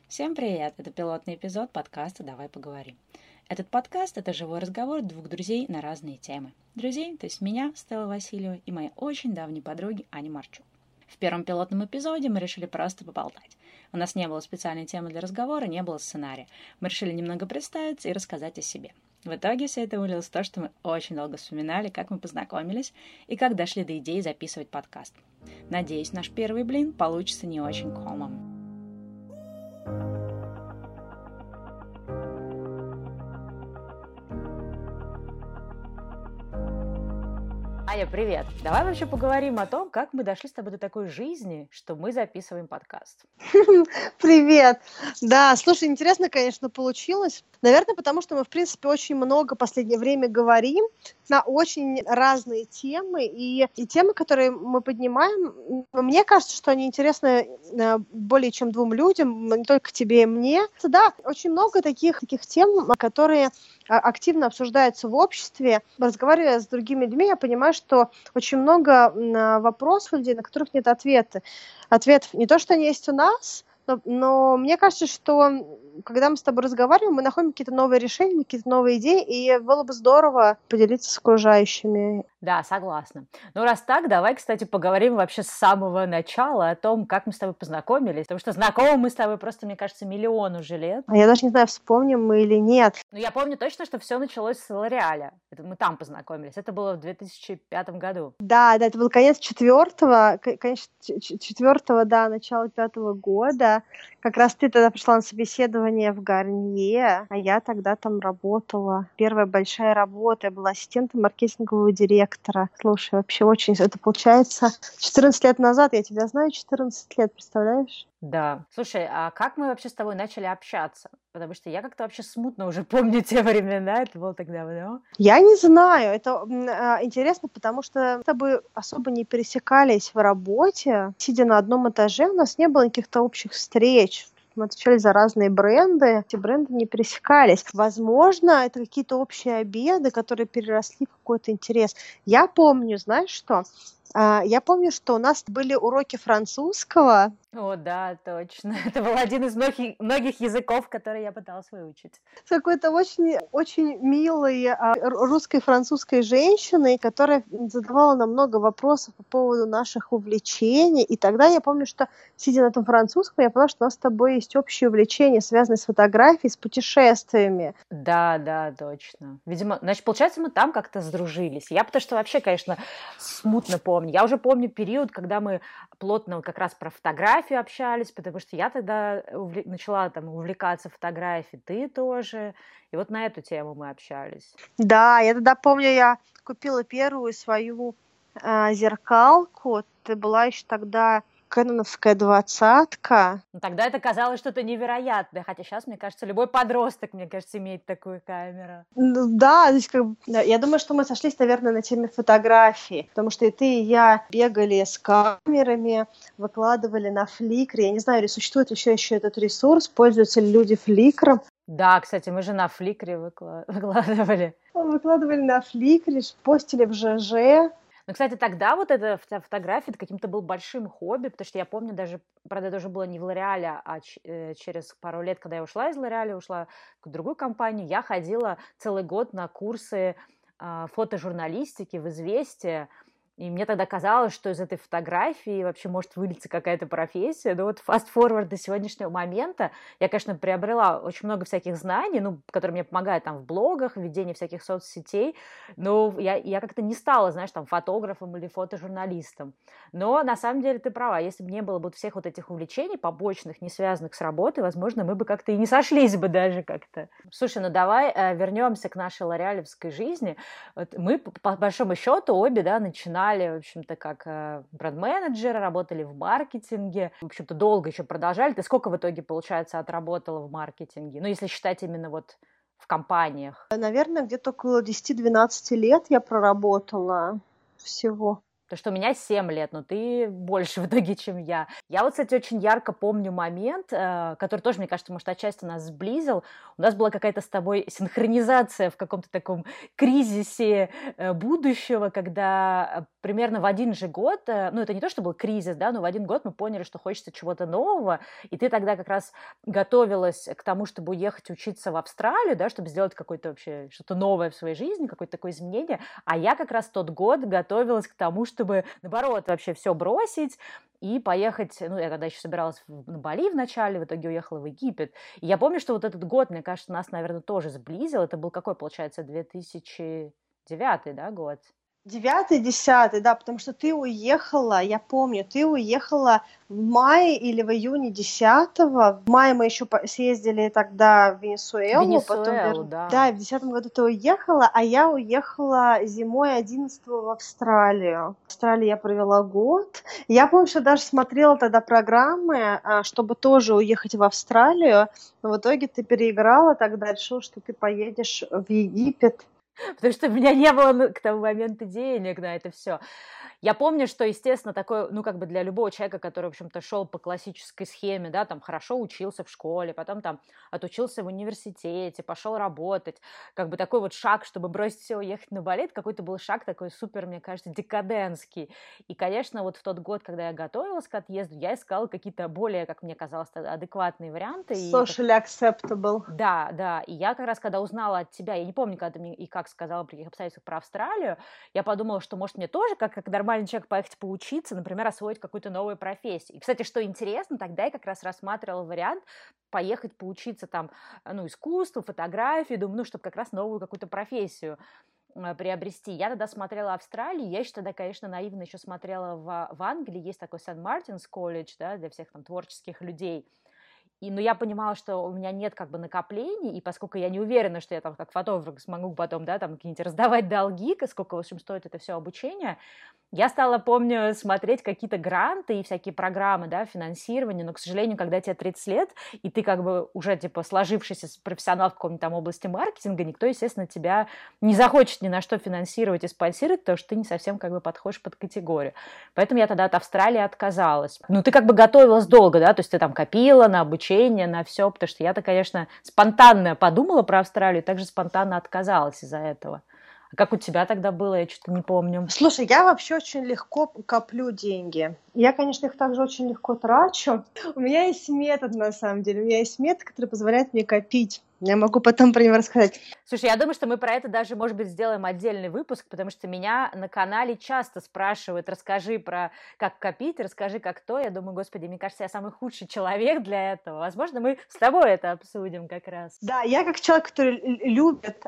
Всем привет! Это пилотный эпизод подкаста «Давай поговорим». Этот подкаст – это живой разговор двух друзей на разные темы. Друзей, то есть меня, Стелла Васильева, и моей очень давней подруги Ани Марчук. В первом пилотном эпизоде мы решили просто поболтать. У нас не было специальной темы для разговора, не было сценария. Мы решили немного представиться и рассказать о себе. В итоге все это вылилось в то, что мы очень долго вспоминали, как мы познакомились и как дошли до идеи записывать подкаст. Надеюсь, наш первый блин получится не очень комом. Аня, привет! Давай вообще поговорим о том, как мы дошли с тобой до такой жизни, что мы записываем подкаст. Привет! Да, слушай, интересно, конечно, получилось. Наверное, потому что мы, в принципе, очень много в последнее время говорим на очень разные темы. И темы, которые мы поднимаем, мне кажется, что они интересны более чем двум людям, не только тебе и мне. Да, очень много таких тем, которые активно обсуждаются в обществе. Разговаривая с другими людьми, я понимаю, что очень много вопросов у людей, на которых нет ответов. Ответов не то, что они есть у нас, но мне кажется, что когда мы с тобой разговариваем, мы находим какие-то новые решения, какие-то новые идеи, и было бы здорово поделиться с окружающими. Да, согласна. Ну, раз так, давай, кстати, поговорим вообще с самого начала о том, как мы с тобой познакомились. Потому что знакомы мы с тобой просто, мне кажется, миллион уже лет. Я даже не знаю, вспомним мы или нет. Но я помню точно, что все началось с Лореаля. Это мы там познакомились. Это было в 2005 году. Да, это был конец четвертого, да, начало 5-го года. Как раз ты тогда пришла на собеседование в Гарнье, а я тогда там работала. Первая большая работа, я была ассистентом маркетингового директора. Слушай, вообще очень... Это получается 14 лет назад, я тебя знаю 14 лет, представляешь? Да. Слушай, а как мы вообще с тобой начали общаться? Потому что я как-то вообще смутно уже помню те времена, это было так давно. Я не знаю, это интересно, потому что мы с тобой особо не пересекались в работе. Сидя на одном этаже, у нас не было каких-то общих встреч. Мы отвечали за разные бренды, эти бренды не пересекались. Возможно, это какие-то общие обеды, которые переросли в какой-то интерес. Я помню, знаешь что? Я помню, что у нас были уроки французского. О, да, точно. Это был один из многих языков, которые я пыталась выучить. С какой-то очень, очень милой русской французской женщиной, которая задавала нам много вопросов по поводу наших увлечений. И тогда я помню, что, сидя на этом французском, я поняла, что у нас с тобой есть общее увлечение, связанное с фотографией, с путешествиями. Да, точно. Видимо, значит, получается, мы там как-то сдружились. Я потому что вообще, конечно, смутно помню. Я уже помню период, когда мы плотно как раз про фотографию общались, потому что я тогда начала там увлекаться фотографией, ты тоже. И вот на эту тему мы общались. Да, я тогда помню, я купила первую свою зеркалку. Ты была еще тогда кэноновская 20-ка. Ну, тогда это казалось что-то невероятное, хотя сейчас, мне кажется, любой подросток, мне кажется, имеет такую камеру. Да, то есть, я думаю, что мы сошлись, наверное, на теме фотографии, потому что и ты, и я бегали с камерами, выкладывали на Flickr. Я не знаю, существует еще этот ресурс, пользуются ли люди Flickr. Да, кстати, мы же на Flickr выкладывали. Выкладывали на Flickr, постили в ЖЖ. Ну, кстати, тогда вот эта фотография каким-то был большим хобби, потому что я помню даже, правда, это уже было не в Лореале, а через пару лет, когда я ушла из Лореаля, ушла в другую компанию, я ходила целый год на курсы фотожурналистики в «Известия», и мне тогда казалось, что из этой фотографии вообще может вылиться какая-то профессия. Но вот fast-forward до сегодняшнего момента я, конечно, приобрела очень много всяких знаний, которые мне помогают там в блогах, в ведении всяких соцсетей. Но я как-то не стала, знаешь, там фотографом или фотожурналистом. Но на самом деле ты права. Если бы не было бы всех вот этих увлечений побочных, не связанных с работой, возможно, мы бы как-то и не сошлись бы даже как-то. Слушай, ну давай вернемся к нашей лореалевской жизни. Вот мы, по большому счету, обе, да, начинали, в общем-то, как бренд-менеджеры, работали в маркетинге, в общем-то, долго еще продолжали. Ты сколько в итоге, получается, отработала в маркетинге? Ну, если считать именно вот в компаниях. Наверное, где-то около 10-12 лет я проработала всего. Потому что у меня 7 лет, но ты больше в итоге, чем я. Я вот, кстати, очень ярко помню момент, который тоже, мне кажется, может, отчасти нас сблизил. У нас была какая-то с тобой синхронизация в каком-то таком кризисе будущего, когда примерно в один же год, ну, это не то, что был кризис, да, но в один год мы поняли, что хочется чего-то нового, и ты тогда как раз готовилась к тому, чтобы уехать учиться в Австралию, да, чтобы сделать какое-то вообще что-то новое в своей жизни, какое-то такое изменение, а я как раз тот год готовилась к тому, чтобы, наоборот, вообще все бросить и поехать, ну, я тогда еще собиралась на Бали вначале, в итоге уехала в Египет. И я помню, что вот этот год, мне кажется, нас, наверное, тоже сблизил. Это был какой, получается, 2009, да, год? 9-й, 10-й, да, потому что ты уехала, я помню, ты уехала в мае или в июне 10-го. В мае мы еще съездили тогда в Венесуэлу, потом да. Да, и в 10-м году ты уехала, а я уехала зимой 11-го в Австралию. В Австралии я провела год. Я помню, что даже смотрела тогда программы, чтобы тоже уехать в Австралию, но в итоге ты переиграла, тогда решила, что ты поедешь в Египет. Потому что у меня не было к тому моменту денег на это все. Я помню, что, естественно, такое, ну, как бы для любого человека, который, в общем-то, шел по классической схеме, да, там, хорошо учился в школе, потом там отучился в университете, пошел работать, как бы такой вот шаг, чтобы бросить все, уехать на балет, какой-то был шаг такой супер, мне кажется, декадентский. И, конечно, вот в тот год, когда я готовилась к отъезду, я искала какие-то более, как мне казалось, адекватные варианты. Socially acceptable. Да, да. И я как раз, когда узнала от тебя, я не помню, когда ты мне и как сказала при каких обстоятельствах про Австралию, я подумала, что, может, мне тоже, как нормальный человек, поехать поучиться, например, освоить какую-то новую профессию. И, кстати, что интересно, тогда я как раз рассматривала вариант поехать поучиться там, ну, искусству, фотографии, думаю, ну, чтобы как раз новую какую-то профессию приобрести. Я тогда смотрела Австралию, я еще тогда, конечно, наивно еще смотрела в Англии, есть такой Сент-Мартинс колледж, да, для всех там творческих людей. Но я понимала, что у меня нет как бы накоплений, и поскольку я не уверена, что я там как фотограф смогу потом, да, там какие-нибудь раздавать долги, сколько, в общем, стоит это все обучение, я стала, помню, смотреть какие-то гранты и всякие программы, да, финансирования, но, к сожалению, когда тебе 30 лет, и ты как бы уже, типа, сложившийся профессионал в каком-нибудь там области маркетинга, никто, естественно, тебя не захочет ни на что финансировать и спонсировать, потому что ты не совсем как бы подходишь под категорию. Поэтому я тогда от Австралии отказалась. Ну, ты как бы готовилась долго, да, то есть ты там копила на обучение, на все, потому что я-то, конечно, спонтанно подумала про Австралию, также спонтанно отказалась из-за этого. А как у тебя тогда было? Я что-то не помню. Слушай, я вообще очень легко коплю деньги. Я, конечно, их также очень легко трачу. У меня есть метод, на самом деле. У меня есть метод, который позволяет мне копить. Я могу потом про него рассказать. Слушай, я думаю, что мы про это даже, может быть, сделаем отдельный выпуск, потому что меня на канале часто спрашивают, расскажи про как копить, расскажи как то. Я думаю, господи, мне кажется, я самый худший человек для этого. Возможно, мы с тобой это обсудим как раз. Да, я как человек, который любит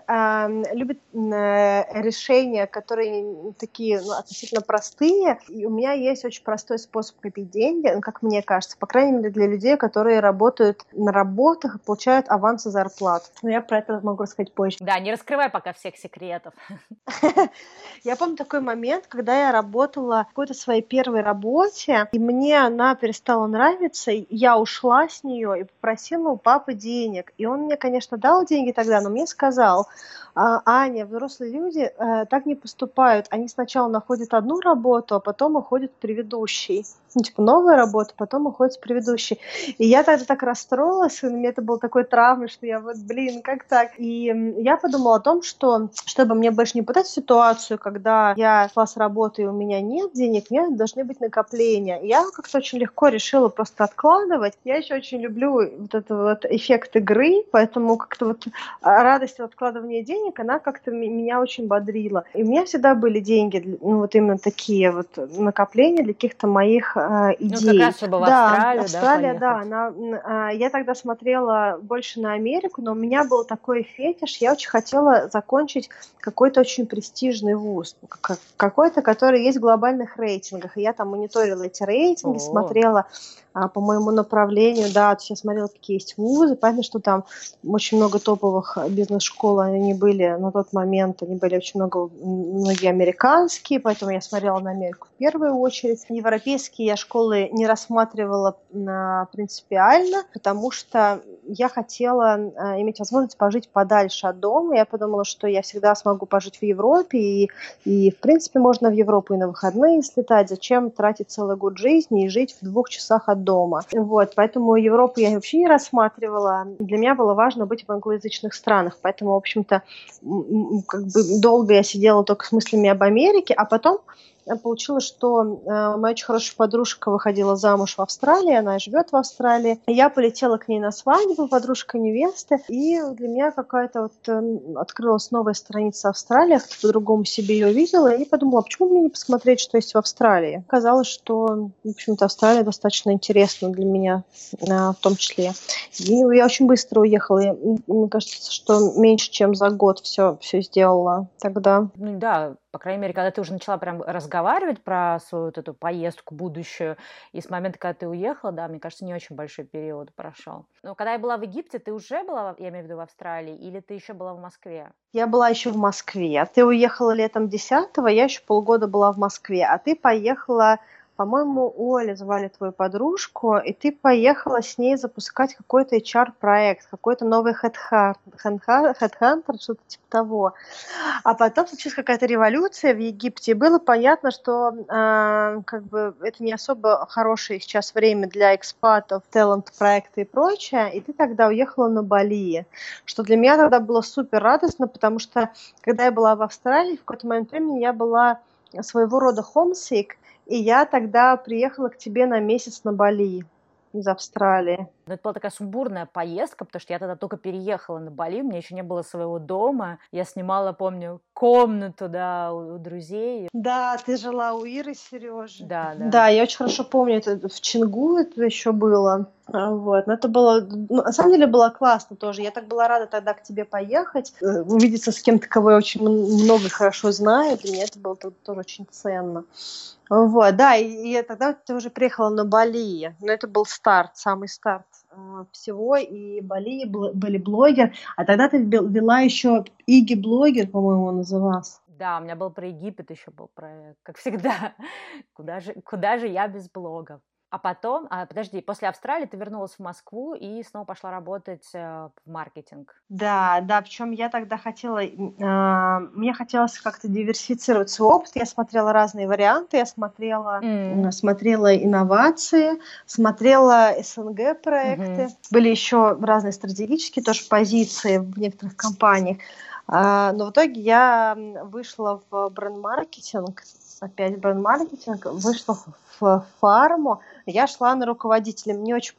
решения, которые такие, ну, относительно простые. И у меня есть очень простой способ копить деньги, ну, как мне кажется, по крайней мере, для людей, которые работают на работах и получают авансы зарплаты. Но я про это могу рассказать позже. Да, не раскрывай пока всех секретов. Я помню такой момент, когда я работала в какой-то своей первой работе, и мне она перестала нравиться, и я ушла с нее и попросила у папы денег. И он мне, конечно, дал деньги тогда, но мне сказал: Аня, взрослые люди так не поступают. Они сначала находят одну работу, а потом уходят в предыдущий. Ну, типа, новая работа, потом уходит в предыдущий. И я тогда так расстроилась, и у меня это был такой травмой, что я вот, блин, как так? И я подумала о том, что, чтобы мне больше не попадать в ситуацию, когда я шла с работы, и у меня нет денег, мне должны быть накопления. И я как-то очень легко решила просто откладывать. Я еще очень люблю вот этот вот эффект игры, поэтому как-то вот радость от откладывания денег, она как-то меня очень бодрила. И у меня всегда были деньги, ну, вот именно такие вот накопления для каких-то моих идей. Ну, как раз, чтобы в Австралию, Австралия, да, я тогда смотрела больше на Америку, но у меня был такой фетиш, я очень хотела закончить какой-то очень престижный вуз, какой-то, который есть в глобальных рейтингах, и я там мониторила эти рейтинги, смотрела по моему направлению, да, я смотрела, какие есть вузы, понятно, что там очень много топовых бизнес-школ, они были на тот момент, они были очень многие американские, поэтому я смотрела на Америку в первую очередь, европейские европейские я школы не рассматривала принципиально, потому что я хотела иметь возможность пожить подальше от дома. Я подумала, что я всегда смогу пожить в Европе, и в принципе можно в Европу и на выходные слетать. Зачем тратить целый год жизни и жить в 2 часах от дома? Вот, поэтому Европу я вообще не рассматривала. Для меня было важно быть в англоязычных странах, поэтому, в общем-то, как бы долго я сидела только с мыслями об Америке, а потом получилось, что моя очень хорошая подружка выходила замуж в Австралии, она живет в Австралии. Я полетела к ней на свадьбу, подружка невесты, и для меня какая-то вот открылась новая страница Австралии, я по-другому себе ее увидела, и подумала, почему мне не посмотреть, что есть в Австралии. Оказалось, что, в общем-то, Австралия достаточно интересна для меня в том числе. И я очень быстро уехала, и, мне кажется, что меньше, чем за год все сделала тогда. Ну да, по крайней мере, когда ты уже начала прям разговаривать про свою вот эту поездку будущую, и с момента, когда ты уехала, да, мне кажется, не очень большой период прошел. Но когда я была в Египте, ты уже была, я имею в виду, в Австралии, или ты еще была в Москве? Я была еще в Москве. Ты уехала летом 10-го, я еще полгода была в Москве. А ты поехала, по-моему, Оля звали твою подружку, и ты поехала с ней запускать какой-то HR-проект, какой-то новый Headhunter, что-то типа того. А потом случилась какая-то революция в Египте, и было понятно, что как бы это не особо хорошее сейчас время для экспатов, талант-проекты и прочее, и ты тогда уехала на Бали, что для меня тогда было супер радостно, потому что когда я была в Австралии, в какой-то момент времени я была своего рода homesick, и я тогда приехала к тебе на месяц на Бали из Австралии. Но это была такая сумбурная поездка, потому что я тогда только переехала на Бали, у меня еще не было своего дома. Я снимала, помню, комнату, да, у друзей. Да, ты жила у Иры, Сережи. Да, да. Да, я очень хорошо помню, это в Чингу это еще было. Вот, но это было, ну, на самом деле было классно тоже. Я так была рада тогда к тебе поехать, увидеться с кем-то, кого я очень много и хорошо знаю. Для меня это было тоже очень ценно. Вот, да, и тогда ты уже приехала на Бали, но это был старт, самый старт всего, и Бали были блогер, а тогда ты вела еще Иги-блогер, по-моему, он назывался. Да, у меня был про Египет еще был проект, как всегда. Куда же я без блогов? А потом, подожди, после Австралии ты вернулась в Москву и снова пошла работать в маркетинг. Да, да, причем я тогда хотела, мне хотелось как-то диверсифицировать свой опыт, я смотрела разные варианты, я смотрела инновации, смотрела СНГ проекты, были еще разные стратегические тоже позиции в некоторых компаниях, но в итоге я вышла в бренд-маркетинг, опять бренд-маркетинг, вышла в фарму, я шла на руководителя, мне очень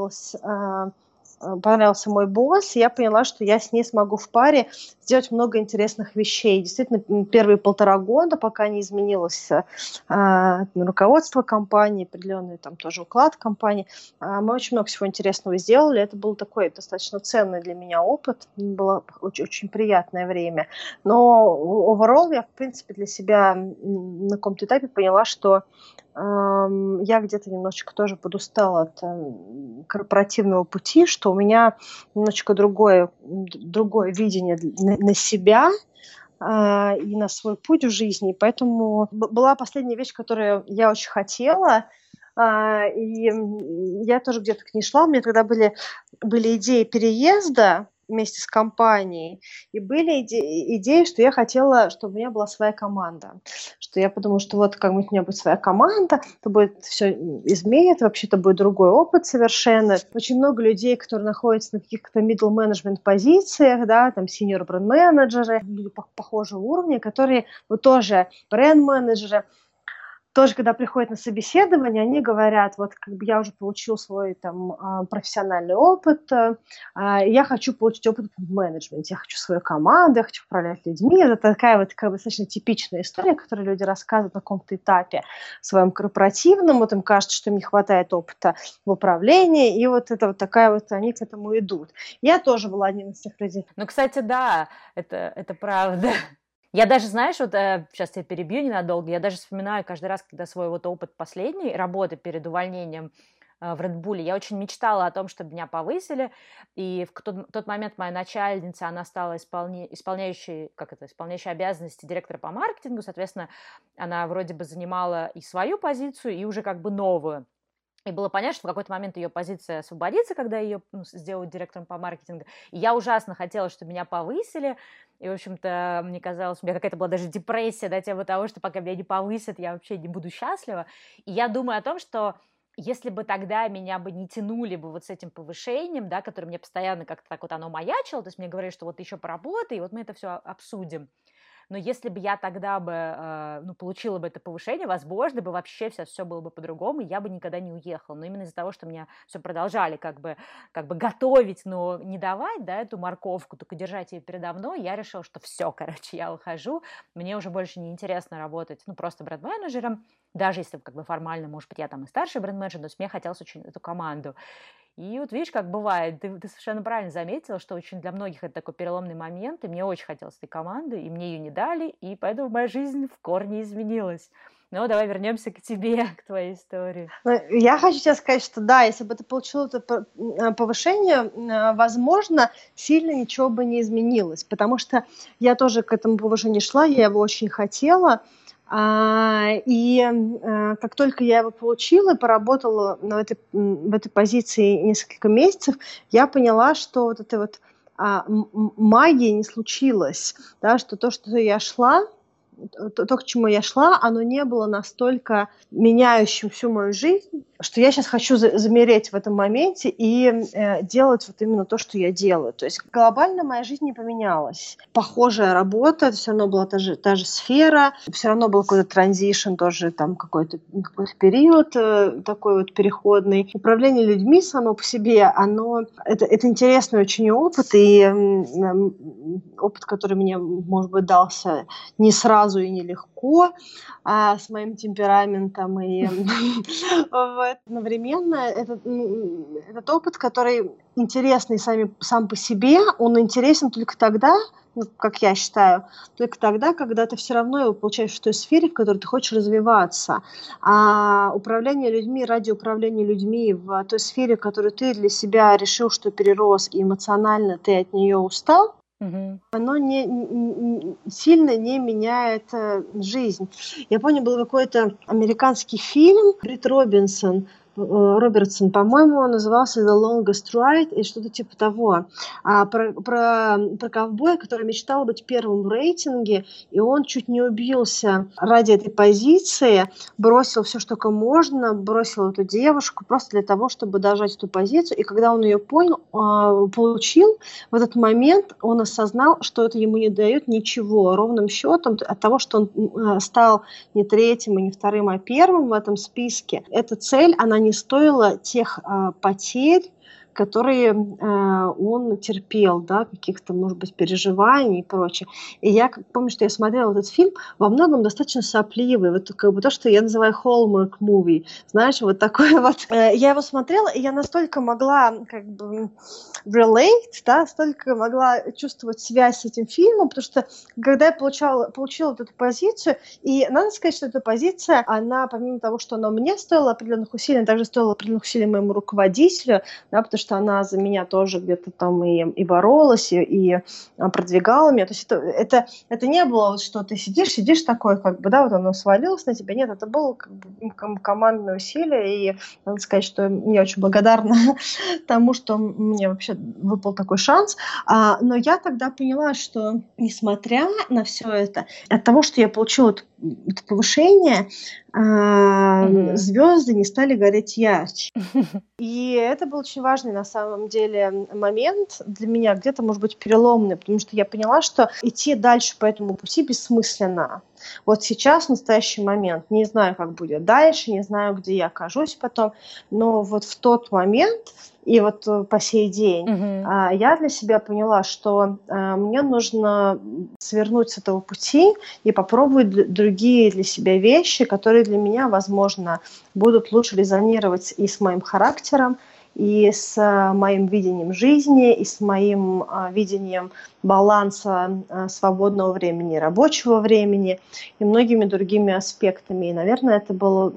понравился мой босс, и я поняла, что я с ней смогу в паре сделать много интересных вещей. Действительно, первые 1,5 года, пока не изменилось руководство компании, определенный там тоже уклад компании, мы очень много всего интересного сделали. Это был такой достаточно ценный для меня опыт. Было очень, очень приятное время. Но overall я, в принципе, для себя на каком-то этапе поняла, что я где-то немножечко тоже подустала от корпоративного пути, что у меня немножечко другое видение на себя и на свой путь в жизни. Поэтому была последняя вещь, которую я очень хотела, и я тоже где-то к ней шла. У меня тогда были идеи переезда вместе с компанией, и были идеи, что я хотела, чтобы у меня была своя команда. Что я подумала, что вот как у меня будет своя команда, то будет все изменит, вообще-то будет другой опыт совершенно. Очень много людей, которые находятся на каких-то middle management позициях, да, там senior бренд-менеджеры, люди похожего уровня, которые вот тоже бренд-менеджеры, тоже, когда приходят на собеседование, они говорят, вот как бы я уже получил свой там профессиональный опыт, я хочу получить опыт в менеджменте, я хочу свою команду, я хочу управлять людьми. Это такая вот как бы достаточно типичная история, которую люди рассказывают на каком-то этапе своем корпоративном, вот им кажется, что им не хватает опыта в управлении, и вот это вот такая вот, они к этому идут. Я тоже была одним из тех людей. Ну, кстати, да, это правда. Я даже, знаешь, вот сейчас я перебью ненадолго, я даже вспоминаю каждый раз, когда свой вот опыт последней работы перед увольнением в Red Bull. Я очень мечтала о том, чтобы меня повысили, и в тот момент моя начальница, она стала исполняющей обязанности директора по маркетингу, соответственно, она вроде бы занимала и свою позицию, и уже как бы новую. И было понятно, что в какой-то момент ее позиция освободится, когда ее сделают директором по маркетингу. И я ужасно хотела, чтобы меня повысили. И, в общем-то, мне казалось, у меня какая-то была даже депрессия до тему того, что пока меня не повысят, я вообще не буду счастлива. И я думаю о том, что если бы тогда меня бы не тянули бы вот с этим повышением, да, которое мне постоянно как-то так вот оно маячило, то есть мне говорили, что вот еще поработай, и вот мы это все обсудим. Но если бы я тогда бы получила бы это повышение, возможно, бы вообще все было бы по-другому, и я бы никогда не уехала. Но именно из-за того, что меня все продолжали как бы готовить, но не давать, да, эту морковку, только держать ее передо мной, я решила, что все, короче, я ухожу, мне уже больше не интересно работать, просто бренд-менеджером, даже если как бы формально, может быть, я там и старший бренд-менеджер, но мне хотелось очень эту команду. И вот видишь, как бывает, ты совершенно правильно заметила, что очень для многих это такой переломный момент, и мне очень хотелось этой команды, и мне ее не дали, и поэтому моя жизнь в корне изменилась. Но давай вернемся к тебе, к твоей истории. Я хочу тебе сказать, что да, если бы ты получил это повышение, возможно, сильно ничего бы не изменилось, потому что я тоже к этому повышению шла, я его очень хотела. И как только я его получила и поработала в этой позиции несколько месяцев, я поняла, что вот эта вот магия не случилась, да, что то, что я шла, то, к чему я шла, оно не было настолько меняющим всю мою жизнь, что я сейчас хочу замереть в этом моменте и делать вот именно то, что я делаю. То есть глобально моя жизнь не поменялась. Похожая работа, это все равно была та же сфера, все равно был какой-то транзишн, тоже там какой-то период такой вот переходный. Управление людьми само по себе, это интересный очень опыт, и опыт, который мне, может быть, дался не сразу и нелегко, с моим темпераментом. И одновременно этот опыт, который интересный сам по себе, он интересен только тогда, как я считаю, только тогда, когда ты все равно его получаешь в той сфере, в которой ты хочешь развиваться. А управление людьми ради управления людьми в той сфере, которую ты для себя решил, что перерос, и эмоционально ты от нее устал, оно сильно не меняет жизнь. Я помню, был какой-то американский фильм Брит Робертсон, по-моему, он назывался The Longest Ride и что-то типа того. Про ковбоя, который мечтал быть первым в рейтинге, и он чуть не убился ради этой позиции, бросил все, что только можно, бросил эту девушку просто для того, чтобы дожать эту позицию. И когда он ее получил, в этот момент он осознал, что это ему не дает ничего. Ровным счетом от того, что он стал не третьим и не вторым, а первым в этом списке, эта цель, она не стоила тех потерь, которые он терпел, да, каких-то, может быть, переживаний и прочее. И я помню, что я смотрела этот фильм, во многом достаточно сопливый, вот как бы то, что я называю Hallmark movie, знаешь, вот такой вот. Я его смотрела, и я настолько могла как бы relate, да, столько могла чувствовать связь с этим фильмом, потому что когда я получила вот эту позицию, и надо сказать, что эта позиция, она, помимо того, что она мне стоила определенных усилий, она также стоила определенных усилий моему руководителю, да, потому что она за меня тоже где-то там и боролась, и продвигала меня. То есть это не было вот, что ты сидишь такой, как бы, да, вот оно свалилось на тебя. Нет, это было как бы командное усилие, и надо сказать, что я очень благодарна тому, что мне вообще выпал такой шанс. Но я тогда поняла, что несмотря на все это, от того, что я получила это повышение, звезды не стали гореть ярче. И это был очень важный на самом деле момент для меня, где-то, может быть, переломный, потому что я поняла, что идти дальше по этому пути бессмысленно. Вот сейчас, в настоящий момент, не знаю, как будет дальше, не знаю, где я окажусь потом, но вот в тот момент и вот по сей день я для себя поняла, что мне нужно свернуть с этого пути и попробовать другие для себя вещи, которые для меня, возможно, будут лучше резонировать и с моим характером, и с моим видением жизни, и с моим видением баланса свободного времени, рабочего времени и многими другими аспектами. И, наверное, это было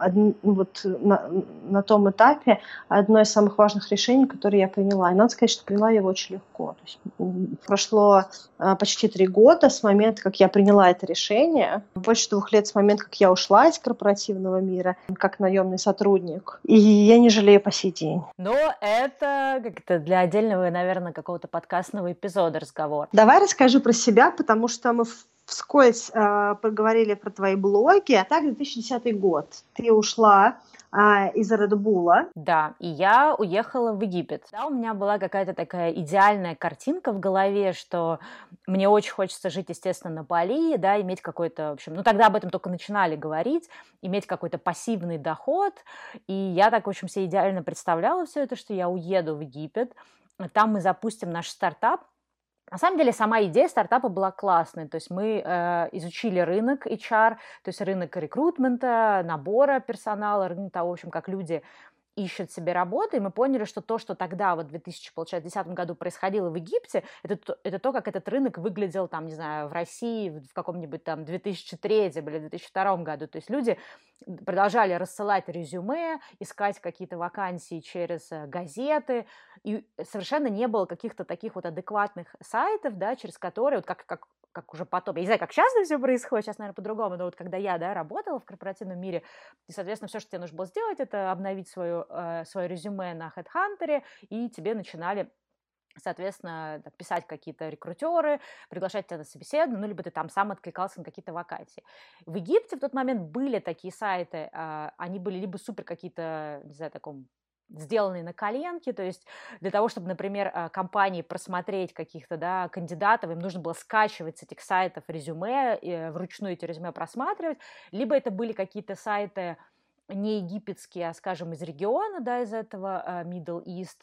на том этапе одно из самых важных решений, которые я приняла. И надо сказать, что приняла я его очень легко. То есть прошло почти 3 года с момента, как я приняла это решение, больше 2 лет с момента, как я ушла из корпоративного мира как наемный сотрудник. И я не жалею по сей день. Но это как-то для отдельного, наверное, какого-то подкастного эпизода разговор. Давай расскажу про себя, потому что мы вскользь поговорили про твои блоги. Так, 2010 год. Ты ушла из Red Bull. Да, и я уехала в Египет. Да, у меня была какая-то такая идеальная картинка в голове, что мне очень хочется жить, естественно, на Бали, да, иметь какой-то, в общем, ну тогда об этом только начинали говорить, иметь какой-то пассивный доход. И я так, в общем, себе идеально представляла все это, что я уеду в Египет, там мы запустим наш стартап. На самом деле, сама идея стартапа была классной. То есть мы изучили рынок HR, то есть рынок рекрутмента, набора персонала, рынок того, в общем, как люди ищут себе работу, и мы поняли, что то, что тогда, вот в 2010 году происходило в Египте, это то, как этот рынок выглядел, там, не знаю, в России в каком-нибудь там 2003 или 2002 году. То есть люди продолжали рассылать резюме, искать какие-то вакансии через газеты, и совершенно не было каких-то таких вот адекватных сайтов, да, через которые, вот как уже потом, я не знаю, как сейчас это все происходит, сейчас, наверное, по-другому, но вот когда я, да, работала в корпоративном мире, и, соответственно, все, что тебе нужно было сделать, это обновить свое резюме на HeadHunter, и тебе начинали, соответственно, писать какие-то рекрутеры, приглашать тебя на собеседование, ну, либо ты там сам откликался на какие-то вакансии. В Египте в тот момент были такие сайты, они были либо супер какие-то, не знаю, таком сделанные на коленке, то есть для того, чтобы, например, компании просмотреть каких-то, да, кандидатов, им нужно было скачивать с этих сайтов резюме, вручную эти резюме просматривать, либо это были какие-то сайты не египетские, а, скажем, из региона, да, из этого Middle East,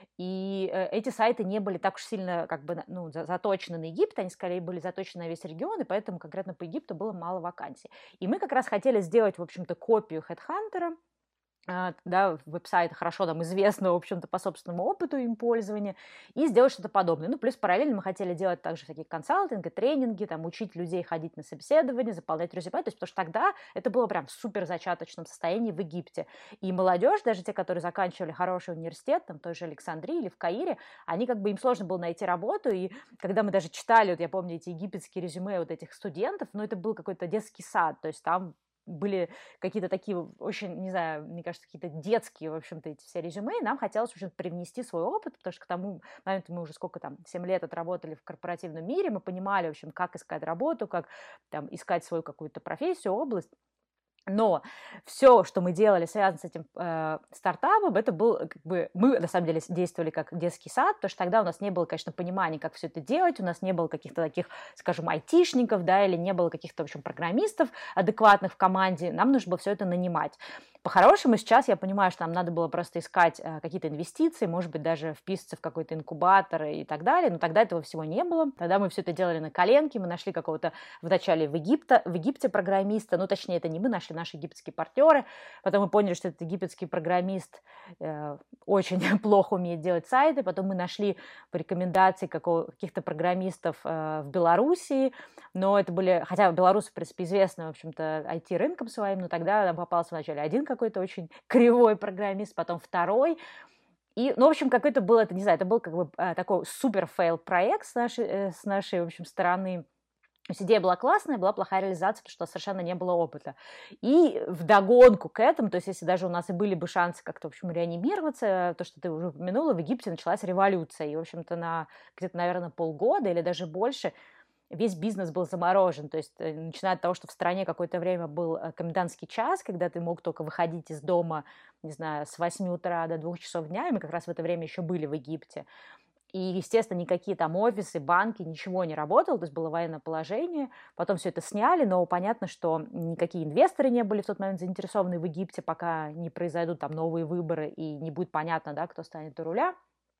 и эти сайты не были так уж сильно как бы, ну, заточены на Египет, они скорее были заточены на весь регион, и поэтому конкретно по Египту было мало вакансий. И мы как раз хотели сделать, в общем-то, копию HeadHunter, да, веб-сайт хорошо там известно, в общем-то, по собственному опыту им пользования, и сделать что-то подобное. Ну, плюс параллельно мы хотели делать также всякие консалтинги, тренинги, там, учить людей ходить на собеседование, заполнять резюме, то есть, потому что тогда это было прям в супер зачаточном состоянии в Египте. И молодежь, даже те, которые заканчивали хороший университет, там, в той же Александрии или в Каире, они как бы, им сложно было найти работу, и когда мы даже читали, вот я помню эти египетские резюме вот этих студентов, ну, это был какой-то детский сад, то есть там были какие-то такие очень, не знаю, мне кажется, какие-то детские, в общем-то, эти все резюме, и нам хотелось, в общем-то, привнести свой опыт, потому что к тому моменту мы уже сколько там, 7 лет отработали в корпоративном мире, мы понимали, в общем, как искать работу, как там искать свою какую-то профессию, область. Но все, что мы делали, связано с этим стартапом, это был как бы... Мы, на самом деле, действовали как детский сад, потому что тогда у нас не было, конечно, понимания, как все это делать, у нас не было каких-то таких, скажем, айтишников, да, или не было каких-то, в общем, программистов адекватных в команде, нам нужно было все это нанимать. По-хорошему, сейчас я понимаю, что нам надо было просто искать какие-то инвестиции, может быть, даже вписываться в какой-то инкубатор и так далее, но тогда этого всего не было. Тогда мы все это делали на коленке, мы нашли какого-то вначале в Египте программиста, ну, точнее, это не мы нашли, наши египетские партнеры, потом мы поняли, что этот египетский программист очень плохо умеет делать сайты, потом мы нашли по рекомендации каких-то программистов в Белоруссии, но это были, хотя белорусы, в принципе, известны, в общем-то, IT-рынком своим, но тогда нам попался вначале один какой-то очень кривой программист, потом второй. И, ну, в общем, какой-то был, это, не знаю, это был как бы такой супер-фейл-проект с нашей, в общем, стороны. То есть идея была классная, была плохая реализация, потому что совершенно не было опыта. И вдогонку к этому, то есть если даже у нас и были бы шансы как-то, в общем, реанимироваться, то, что ты уже упомянула, в Египте началась революция. И, в общем-то, где-то, наверное, полгода или даже больше весь бизнес был заморожен. То есть начиная от того, что в стране какое-то время был комендантский час, когда ты мог только выходить из дома, не знаю, с 8 утра до 2 часов дня, и мы как раз в это время еще были в Египте. И, естественно, никакие там офисы, банки, ничего не работало, то есть было военное положение. Потом все это сняли, но понятно, что никакие инвесторы не были в тот момент заинтересованы в Египте, пока не произойдут там новые выборы и не будет понятно, да, кто станет у руля.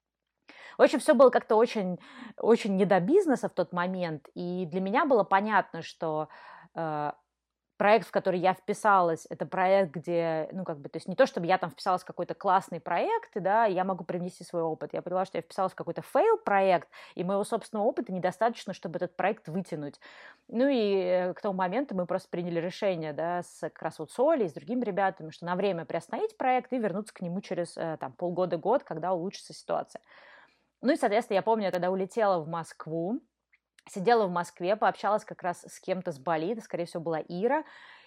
В общем, все было как-то очень, очень не до бизнеса в тот момент, и для меня было понятно, что проект, в который я вписалась, это проект, где, ну, как бы, то есть не то, чтобы я там вписалась в какой-то классный проект, да, я могу привнести свой опыт. Я поняла, что я вписалась в какой-то фейл-проект, и моего собственного опыта недостаточно, чтобы этот проект вытянуть. Ну, и к тому моменту мы просто приняли решение, да, как раз вот с Олей и с другими ребятами, что на время приостановить проект и вернуться к нему через, там, полгода-год, когда улучшится ситуация. Ну, и, соответственно, я помню, я тогда улетела в Москву, сидела в Москве, пообщалась как раз с кем-то с Бали, это, скорее всего, была Ира,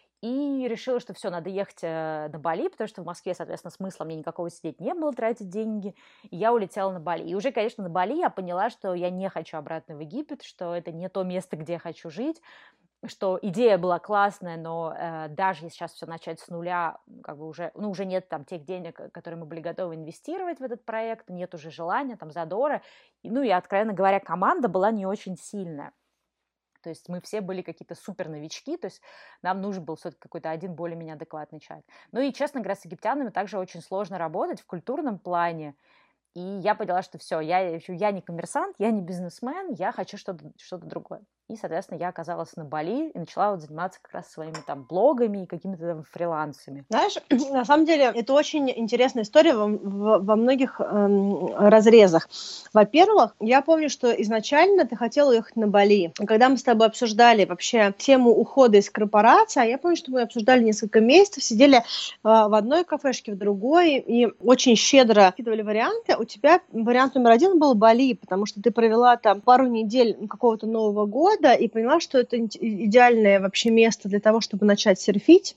и решила, что все, надо ехать на Бали, потому что в Москве, соответственно, смысла мне никакого сидеть не было, тратить деньги, и я улетела на Бали. И уже, конечно, на Бали я поняла, что я не хочу обратно в Египет, что это не то место, где я хочу жить, что идея была классная, но даже если сейчас все начать с нуля, как бы уже, ну, уже нет там тех денег, которые мы были готовы инвестировать в этот проект, нет уже желания, там, задора. И, ну, и, откровенно говоря, команда была не очень сильная. То есть мы все были какие-то супер новички, то есть нам нужен был все-таки какой-то один более-менее адекватный человек. Ну и, честно говоря, с египтянами также очень сложно работать в культурном плане. И я поняла, что все, я не коммерсант, я не бизнесмен, я хочу что-то другое. И, соответственно, я оказалась на Бали и начала вот заниматься как раз своими там блогами и какими-то там фрилансами. Знаешь, на самом деле, это очень интересная история во многих разрезах. Во-первых, я помню, что изначально ты хотела уехать на Бали. Когда мы с тобой обсуждали вообще тему ухода из корпорации, я помню, что мы обсуждали несколько месяцев, сидели в одной кафешке, в другой, и очень щедро кидывали варианты. У тебя вариант номер один был Бали, потому что ты провела там пару недель какого-то Нового года, и поняла, что это идеальное вообще место для того, чтобы начать серфить.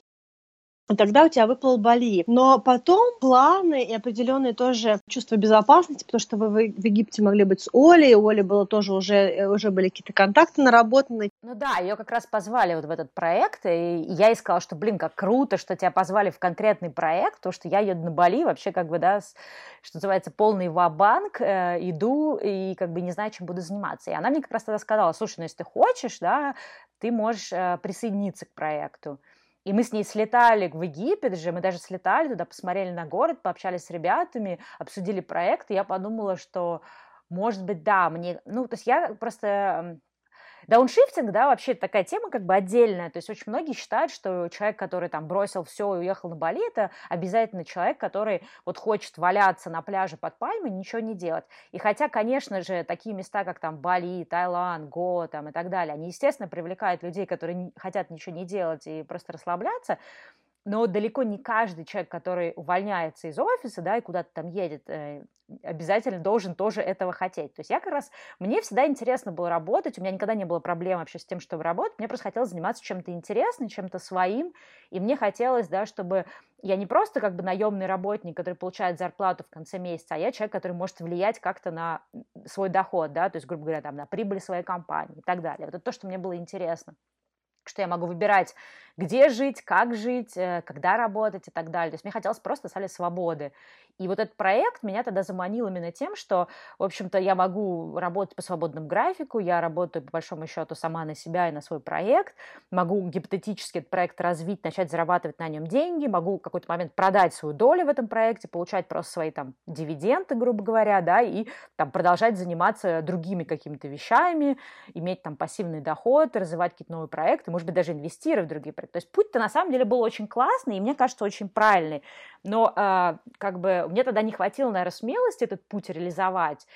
И тогда у тебя выплыл Бали. Но потом планы и определенные тоже чувство безопасности, потому что вы в Египте могли быть с Олей, у Оли было тоже уже были какие-то контакты наработаны. Ну да, ее как раз позвали вот в этот проект, и я ей сказала, что, блин, как круто, что тебя позвали в конкретный проект, потому что я еду на Бали, вообще как бы, да, что называется, полный ва-банк, иду и как бы не знаю, чем буду заниматься. И она мне как раз тогда сказала, слушай, ну если ты хочешь, да, ты можешь присоединиться к проекту. И мы с ней слетали в Египет же, мы даже слетали туда, посмотрели на город, пообщались с ребятами, обсудили проект, и я подумала, что, может быть, да, мне... Ну, то есть я просто... Дауншифтинг, да, вообще такая тема как бы отдельная, то есть очень многие считают, что человек, который там бросил все и уехал на Бали, это обязательно человек, который вот хочет валяться на пляже под пальмой, ничего не делать. И хотя, конечно же, такие места, как там Бали, Таиланд, Гоа там и так далее, они, естественно, привлекают людей, которые хотят ничего не делать и просто расслабляться, но далеко не каждый человек, который увольняется из офиса, да, и куда-то там едет, обязательно должен тоже этого хотеть. То есть я как раз, мне всегда интересно было работать, у меня никогда не было проблем вообще с тем, чтобы работать, мне просто хотелось заниматься чем-то интересным, чем-то своим, и мне хотелось, да, чтобы я не просто как бы наемный работник, который получает зарплату в конце месяца, а я человек, который может влиять как-то на свой доход, да, то есть, грубо говоря, там, на прибыль своей компании и так далее. Вот это то, что мне было интересно, что я могу выбирать, где жить, как жить, когда работать и так далее. То есть мне хотелось просто свободы. И вот этот проект меня тогда заманил именно тем, что, в общем-то, я могу работать по свободному графику, я работаю, по большому счету, сама на себя и на свой проект, могу гипотетически этот проект развить, начать зарабатывать на нем деньги, могу в какой-то момент продать свою долю в этом проекте, получать просто свои там дивиденды, грубо говоря, да, и там продолжать заниматься другими какими-то вещами, иметь там пассивный доход, развивать какие-то новые проекты, может быть, даже инвестировать в другие проекты. То есть путь-то на самом деле был очень классный, и мне кажется, очень правильный. Но как бы мне тогда не хватило, наверное, смелости этот путь реализовать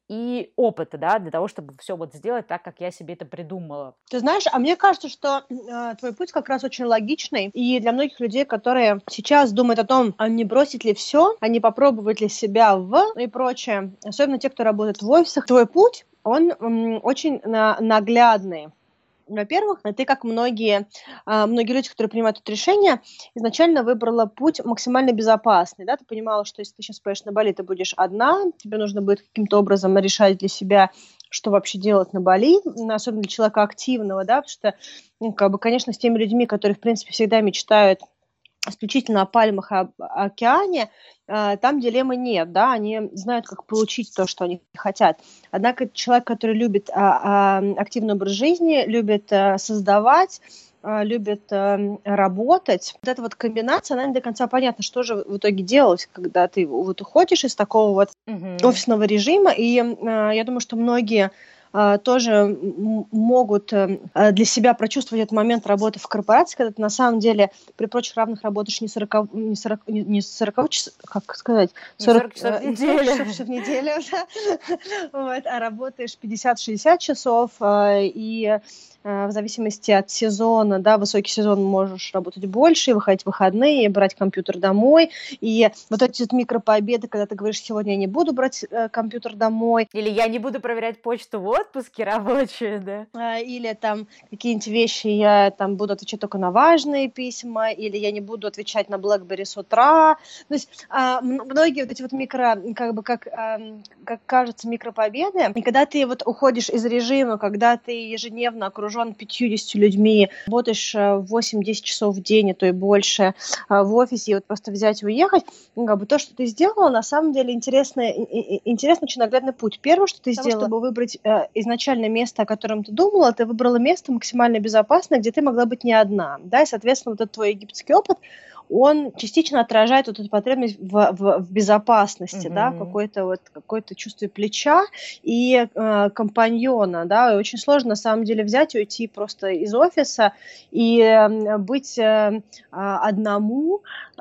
и опыта, да, для того, чтобы все вот сделать так, как я себе это придумала. Ты знаешь, а мне кажется, что твой путь как раз очень логичный, и для многих людей, которые сейчас думают о том, а не бросить ли все, а не попробовать ли себя и прочее, особенно те, кто работает в офисах, твой путь, он очень наглядный. Во-первых, ты, как многие люди, которые принимают это решение, изначально выбрала путь максимально безопасный. Да? Ты понимала, что если ты сейчас поедешь на Бали, ты будешь одна, тебе нужно будет каким-то образом решать для себя, что вообще делать на Бали, особенно для человека активного, да, потому что, как бы, конечно, с теми людьми, которые, в принципе, всегда мечтают исключительно о пальмах и океане, там дилеммы нет, да, они знают, как получить то, что они хотят. Однако человек, который любит активный образ жизни, любит создавать, любит работать, вот эта вот комбинация, она не до конца понятна, что же в итоге делать, когда ты вот уходишь из такого вот офисного режима, и я думаю, что многие тоже могут для себя прочувствовать этот момент работы в корпорации, когда ты на самом деле при прочих равных работаешь не 40 часов, как сказать, Не 40 часов в неделю. 40 часов в неделю, да? Вот, а работаешь 50-60 часов, и в зависимости от сезона, да, высокий сезон можешь работать больше, выходить в выходные, брать компьютер домой. И вот эти вот микропобеды, когда ты говоришь, сегодня я не буду брать компьютер домой. Или я не буду проверять почту в отпуске рабочую, да. Или там какие-нибудь вещи, я там буду отвечать только на важные письма, или я не буду отвечать на BlackBerry с утра. То есть многие вот эти вот как кажется, микропобеды, и когда ты вот уходишь из режима, когда ты ежедневно окружен 50 людьми, работаешь 8-10 часов в день, а то и больше в офисе, и вот просто взять и уехать, как бы то, что ты сделала, на самом деле интересный очень наглядный путь. Первое, что ты сделала, чтобы выбрать изначально место, о котором ты думала, ты выбрала место максимально безопасное, где ты могла быть не одна, да, и, соответственно, вот этот твой египетский опыт, он частично отражает вот эту потребность в безопасности, да, в какое-то чувство плеча и компаньона, да, и очень сложно на самом деле взять и уйти просто из офиса и быть одному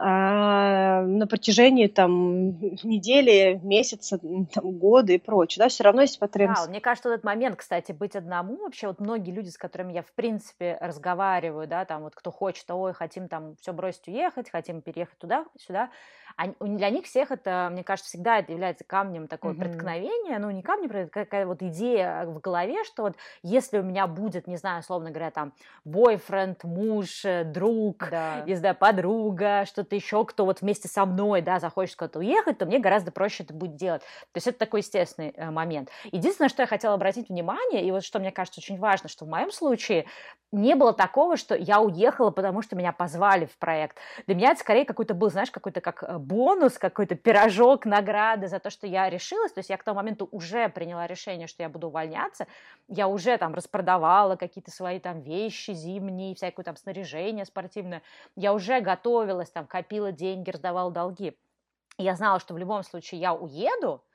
на протяжении там недели, месяца, там, года и прочее, да, все равно есть потребность. Да, мне кажется, вот этот момент, кстати, быть одному, вообще вот многие люди, с которыми я, в принципе, разговариваю, да, там вот кто хочет, ой, хотим там все бросить, уехать, хотим переехать туда-сюда, для них всех это, мне кажется, всегда это является камнем такого преткновения, ну, не камнем, какая вот идея в голове, что вот если у меня будет, не знаю, условно говоря, там, бойфренд, муж, друг, не знаю, подруга, что-то еще, кто вот вместе со мной, да, захочет куда-то уехать, то мне гораздо проще это будет делать. То есть это такой естественный момент. Единственное, что я хотела обратить внимание, и вот что мне кажется очень важно, что в моем случае не было такого, что я уехала, потому что меня позвали в проект. Для меня это скорее какой-то был, знаешь, какой-то как бонус, какой-то пирожок, награды за то, что я решилась. То есть я к тому моменту уже приняла решение, что я буду увольняться. Я уже там распродавала какие-то свои там вещи зимние, всякое там снаряжение спортивное. Я уже готовилась, там копила деньги, раздавала долги. И я знала, что в любом случае я уеду.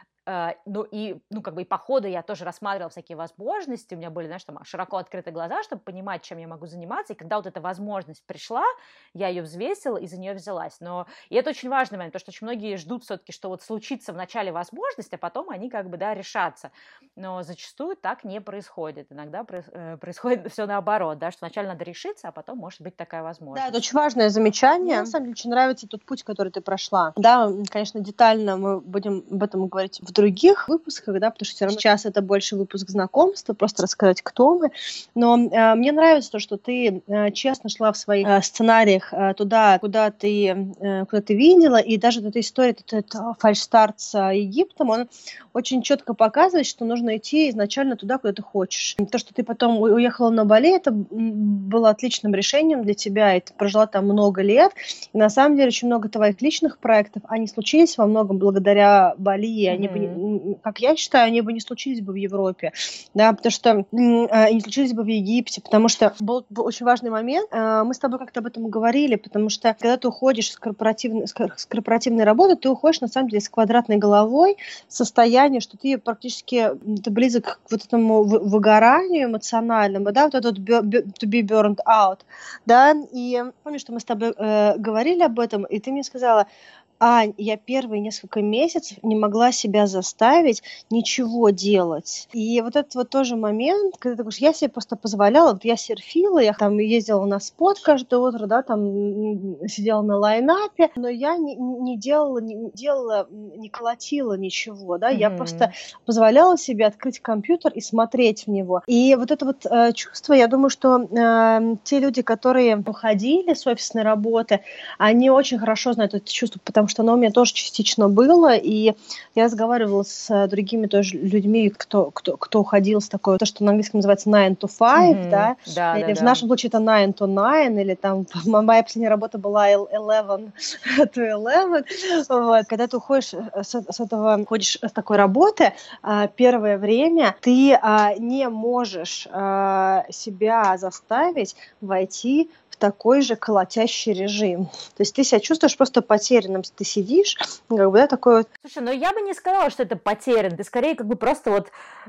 Ну и по ходу я тоже рассматривала всякие возможности, у меня были, знаешь, там широко открыты глаза, чтобы понимать, чем я могу заниматься, и когда вот эта возможность пришла, я ее взвесила и за нее взялась. И это очень важный момент, потому что очень многие ждут все-таки, что вот случится в начале возможность, а потом они решатся. Но зачастую так не происходит. Иногда происходит все наоборот, да, что вначале надо решиться, а потом может быть такая возможность. Да, это очень важное замечание. Мне на самом деле очень нравится тот путь, который ты прошла. Да, конечно, детально мы будем об этом говорить в других выпусках, да, потому что все равно сейчас это больше выпуск знакомства, просто рассказать, кто мы. Но мне нравится то, что ты честно шла в своих сценариях туда, куда ты видела, и даже вот эта история, этот фальшстарт с Египтом, он очень четко показывает, что нужно идти изначально туда, куда ты хочешь. То, что ты потом уехала на Бали, это было отличным решением для тебя, и ты прожила там много лет. И на самом деле очень много твоих личных проектов, они случились во многом благодаря Бали, они бы, как я считаю, они бы не случились бы в Европе, да, потому что не случились бы в Египте, потому что был очень важный момент, мы с тобой как-то об этом говорили, потому что когда ты уходишь с корпоративной работы, ты уходишь на самом деле с квадратной головой, состояние, что ты практически ты близок к вот этому выгоранию эмоциональному, да, вот этот to be burned out, да, и помню, что мы с тобой говорили об этом, и ты мне сказала: Ань, я первые несколько месяцев не могла себя заставить ничего делать. И вот этот вот тоже момент, когда ты говоришь, я себе просто позволяла, вот я серфила, я там ездила на спот каждое утро, да, там сидела на лайнапе, но я не колотила ничего, да, я просто позволяла себе открыть компьютер и смотреть в него. И вот это вот чувство, я думаю, что те люди, которые уходили с офисной работы, они очень хорошо знают это чувство, потому что оно у меня тоже частично было, и я разговаривала с другими тоже людьми, кто уходил с такой, то, что на английском называется 9 to 5, да, или в нашем случае это 9 to 9, или там моя последняя работа была 11 to 11, вот. Когда ты уходишь ходишь с такой работы, первое время ты не можешь себя заставить войти в такой же колотящий режим. То есть ты себя чувствуешь просто потерянным. Ты сидишь, как бы, да, такой вот... Слушай, ну я бы не сказала, что это потерян. Ты скорее как бы просто вот,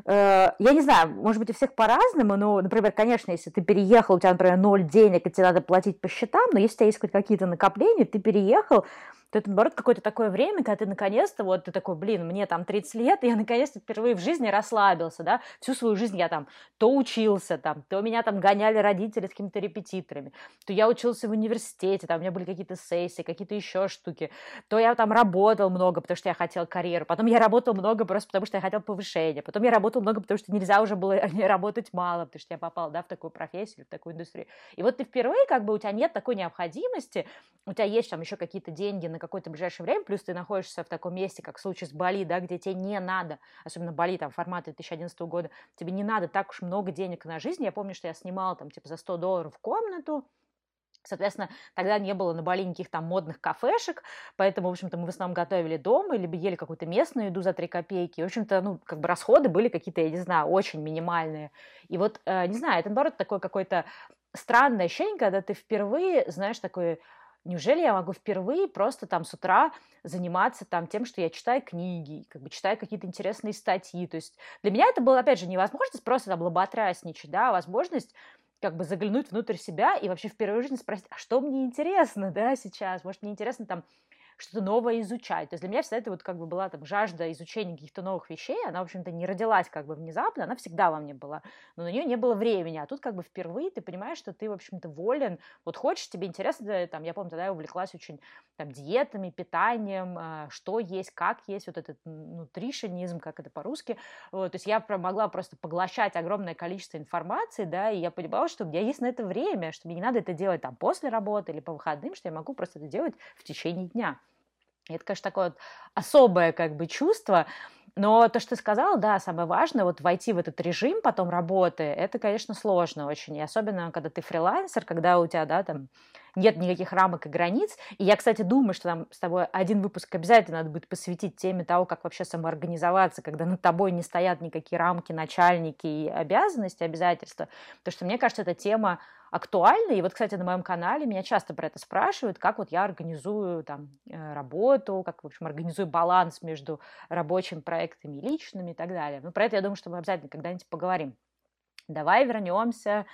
я не знаю, может быть, у всех по-разному, но, например, конечно, если ты переехал, у тебя, например, 0 денег, и тебе надо платить по счетам, но если у тебя есть хоть какие-то накопления, ты переехал, то это, наоборот, какое-то такое время, когда ты наконец-то, вот ты такой, блин, мне там 30 лет, и я наконец-то впервые в жизни расслабился, да, всю свою жизнь я там то учился, там, то меня там гоняли родители с какими-то репетиторами, то я учился в университете, там у меня были какие-то сессии, какие-то еще штуки, то я там работал много, потому что я хотел карьеру, потом я работал много просто потому, что я хотел повышения, потом я работал много, потому что нельзя уже было работать мало, потому что я попал, да, в такую профессию, в такую индустрию. И вот ты впервые, как бы, у тебя нет такой необходимости, у тебя есть там еще какие-то деньги на какое-то ближайшее время, плюс ты находишься в таком месте, как в случае с Бали, да, где тебе не надо, особенно Бали, там, формат 2011 года, тебе не надо так уж много денег на жизнь. Я помню, что я снимала там, типа, за $100 комнату, соответственно, тогда не было на Бали никаких там модных кафешек, поэтому, в общем-то, мы в основном готовили дома, либо ели какую-то местную еду за 3 копейки. И, в общем-то, ну, как бы расходы были какие-то, я не знаю, очень минимальные. И вот, не знаю, это, наоборот, такое какое-то странное ощущение, когда ты впервые, знаешь, такое, неужели я могу впервые просто там с утра заниматься там тем, что я читаю книги, как бы читаю какие-то интересные статьи. То есть для меня это было, опять же, не возможность просто там лоботрясничать, да, а возможность как бы заглянуть внутрь себя и вообще в первую жизнь спросить, а что мне интересно, да, сейчас? Может, мне интересно там что-то новое изучать. То есть для меня всегда это вот как бы была там жажда изучения каких-то новых вещей, она, в общем-то, не родилась как бы внезапно, она всегда во мне была, но на нее не было времени, а тут как бы впервые ты понимаешь, что ты, в общем-то, волен, вот хочешь, тебе интересно, да, там, я помню, тогда я увлеклась очень там диетами, питанием, что есть, как есть, вот этот нутришенизм, как это по-русски, вот, то есть я могла просто поглощать огромное количество информации, да, и я понимала, что у меня есть на это время, что мне не надо это делать там после работы или по выходным, что я могу просто это делать в течение дня. И это, конечно, такое вот особое как бы чувство, но то, что ты сказала, да, самое важное, вот войти в этот режим потом работы, это, конечно, сложно очень, и особенно, когда ты фрилансер, когда у тебя, да, там нет никаких рамок и границ, и я, кстати, думаю, что нам с тобой один выпуск обязательно надо будет посвятить теме того, как вообще самоорганизоваться, когда над тобой не стоят никакие рамки, начальники и обязанности, обязательства, потому что, мне кажется, эта тема актуальна, и вот, кстати, на моем канале меня часто про это спрашивают, как вот я организую там работу, как, в общем, организую баланс между рабочими проектами и личными и так далее. Ну, про это, я думаю, что мы обязательно когда-нибудь поговорим. Давай вернемся,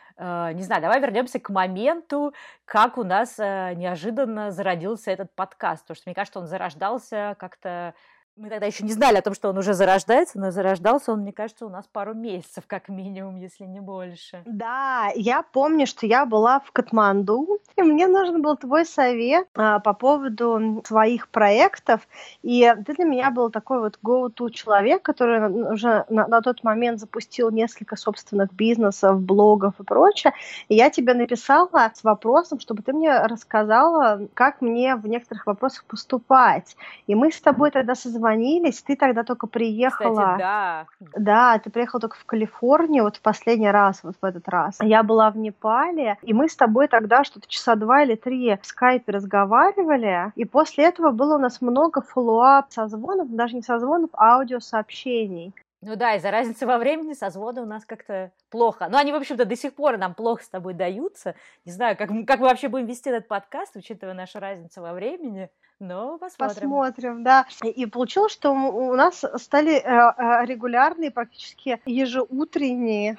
не знаю, давай вернемся к моменту, как у нас неожиданно зародился этот подкаст, потому что, мне кажется, он зарождался как-то. Мы тогда еще не знали о том, что он уже зарождается, но зарождался он, мне кажется, у нас пару месяцев, как минимум, если не больше. Да, я помню, что я была в Катманду, и мне нужен был твой совет по поводу своих проектов. И ты для меня был такой вот go-to человек, который уже на тот момент запустил несколько собственных бизнесов, блогов и прочее. И я тебе написала с вопросом, чтобы ты мне рассказала, как мне в некоторых вопросах поступать. И мы с тобой тогда созвонились, ты тогда только приехала. Кстати, да. Да, ты приехала только в Калифорнию, вот в последний раз, вот в этот раз. Я была в Непале, и мы с тобой тогда что-то часа 2 или 3 в скайпе разговаривали, и после этого было у нас много фоллоуап созвонов, даже не созвонов, а аудиосообщений. Ну да, из-за разницы во времени созвоны у нас как-то плохо. Но они, в общем-то, до сих пор нам плохо с тобой даются. Не знаю, как мы вообще будем вести этот подкаст, учитывая нашу разницу во времени. Но Посмотрим, да. И получилось, что у нас стали регулярные, практически ежеутренние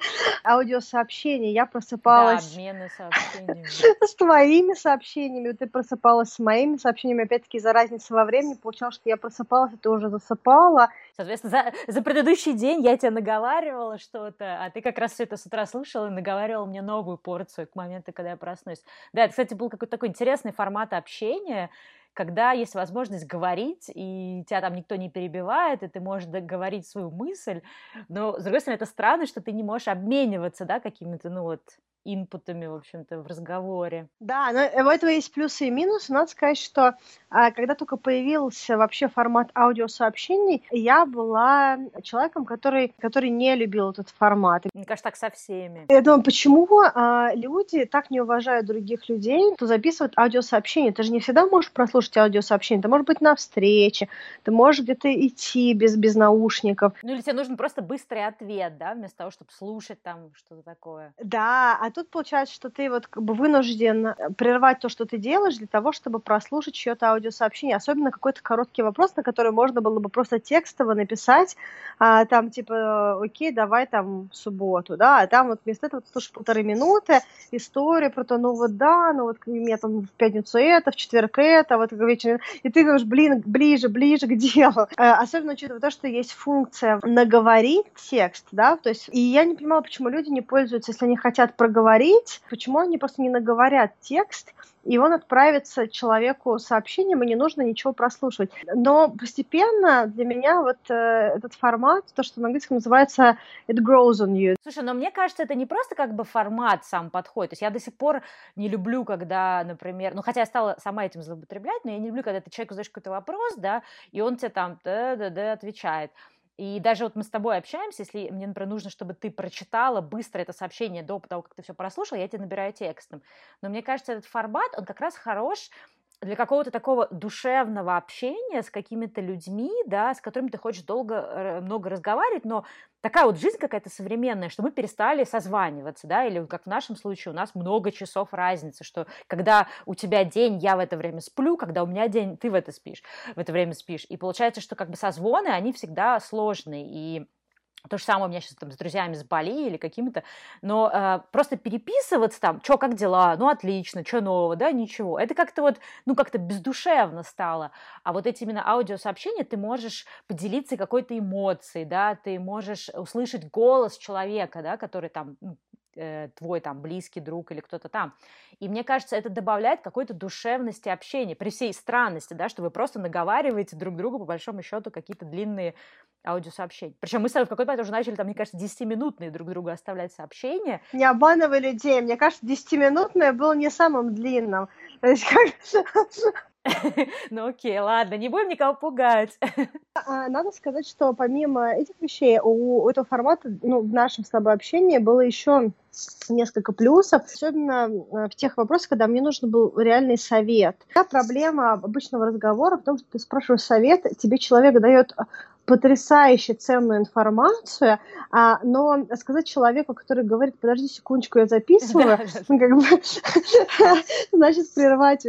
аудиосообщения. Я просыпалась... Да, обмены сообщениями. С твоими сообщениями, ты просыпалась с моими сообщениями, опять-таки из-за разницы во времени получалось, что я просыпалась, и ты уже засыпала. Соответственно, за предыдущий день я тебя наговаривала что-то, а ты как раз все это с утра слушала и наговаривала мне новую порцию к моменту, когда я проснусь. Да, это, кстати, был какой-то такой интересный формат общения, когда есть возможность говорить, и тебя там никто не перебивает, и ты можешь говорить свою мысль, но, с другой стороны, это странно, что ты не можешь обмениваться, да, какими-то, ну вот, инпутами, в общем-то, в разговоре. Да, но у этого есть плюсы и минусы. Надо сказать, что когда только появился вообще формат аудиосообщений, я была человеком, который не любил этот формат. Мне кажется, так со всеми. Я думаю, почему люди так не уважают других людей, кто записывает аудиосообщения? Ты же не всегда можешь прослушать аудиосообщение. Ты можешь быть на встрече, ты можешь где-то идти без наушников. Ну или тебе нужен просто быстрый ответ, да, вместо того, чтобы слушать там что-то такое. Да, а А тут получается, что ты вот как бы вынужден прервать то, что ты делаешь, для того, чтобы прослушать чьё-то аудиосообщение. Особенно какой-то короткий вопрос, на который можно было бы просто текстово написать, там типа, окей, давай там в субботу, да, а там вот вместо этого ты слушаешь 1,5 минуты историю про то, ну вот да, ну вот у меня там в пятницу это, в четверг это, вот вечером, и ты говоришь, блин, ближе к делу. Особенно учитывая то, что есть функция наговорить текст, да, то есть, и я не понимала, почему люди не пользуются, если они хотят проговорить, почему они просто не наговорят текст, и он отправится человеку сообщением, и не нужно ничего прослушивать. Но постепенно для меня вот этот формат, то, что на английском называется it grows on you. Слушай, но мне кажется, это не просто как бы формат сам подходит. То есть я до сих пор не люблю, когда, например, ну, хотя я стала сама этим злоупотреблять, но я не люблю, когда ты человеку задаешь какой-то вопрос, да, и он тебе там да отвечает. И даже вот мы с тобой общаемся, если мне, например, нужно, чтобы ты прочитала быстро это сообщение до того, как ты все прослушала, я тебе набираю текстом. Но мне кажется, этот формат, он как раз хорош для какого-то такого душевного общения с какими-то людьми, да, с которыми ты хочешь много разговаривать, но такая вот жизнь какая-то современная, что мы перестали созваниваться, да, или как в нашем случае у нас много часов разницы, что когда у тебя день, я в это время сплю, когда у меня день, ты в это время спишь. И получается, что как бы созвоны, они всегда сложные, и то же самое у меня сейчас там с друзьями с Бали или какими-то, но просто переписываться там, что, как дела, ну, отлично, что нового, да, ничего. Это как-то вот, ну, как-то бездушевно стало. А вот эти именно аудиосообщения ты можешь поделиться какой-то эмоцией, да, ты можешь услышать голос человека, да, который там, твой там близкий друг или кто-то там. И мне кажется, это добавляет какой-то душевности общения, при всей странности, да, что вы просто наговариваете друг другу, по большому счету, какие-то длинные аудиосообщений. Причем мы с тобой в какой-то момент уже начали, там, мне кажется, 10-минутные друг другу оставлять сообщения. Не обманывай людей. Мне кажется, 10-минутное было не самым длинным. То есть Ну окей, ладно, не будем никого пугать. надо сказать, что помимо этих вещей у этого формата, ну, в нашем с тобой общении было еще несколько плюсов, особенно в тех вопросах, когда мне нужен был реальный совет. Проблема обычного разговора в том, что ты спрашиваешь совет, тебе человек дает потрясающе ценную информацию, но сказать человеку, который говорит, подожди секундочку, я записываю, как бы, значит, прервать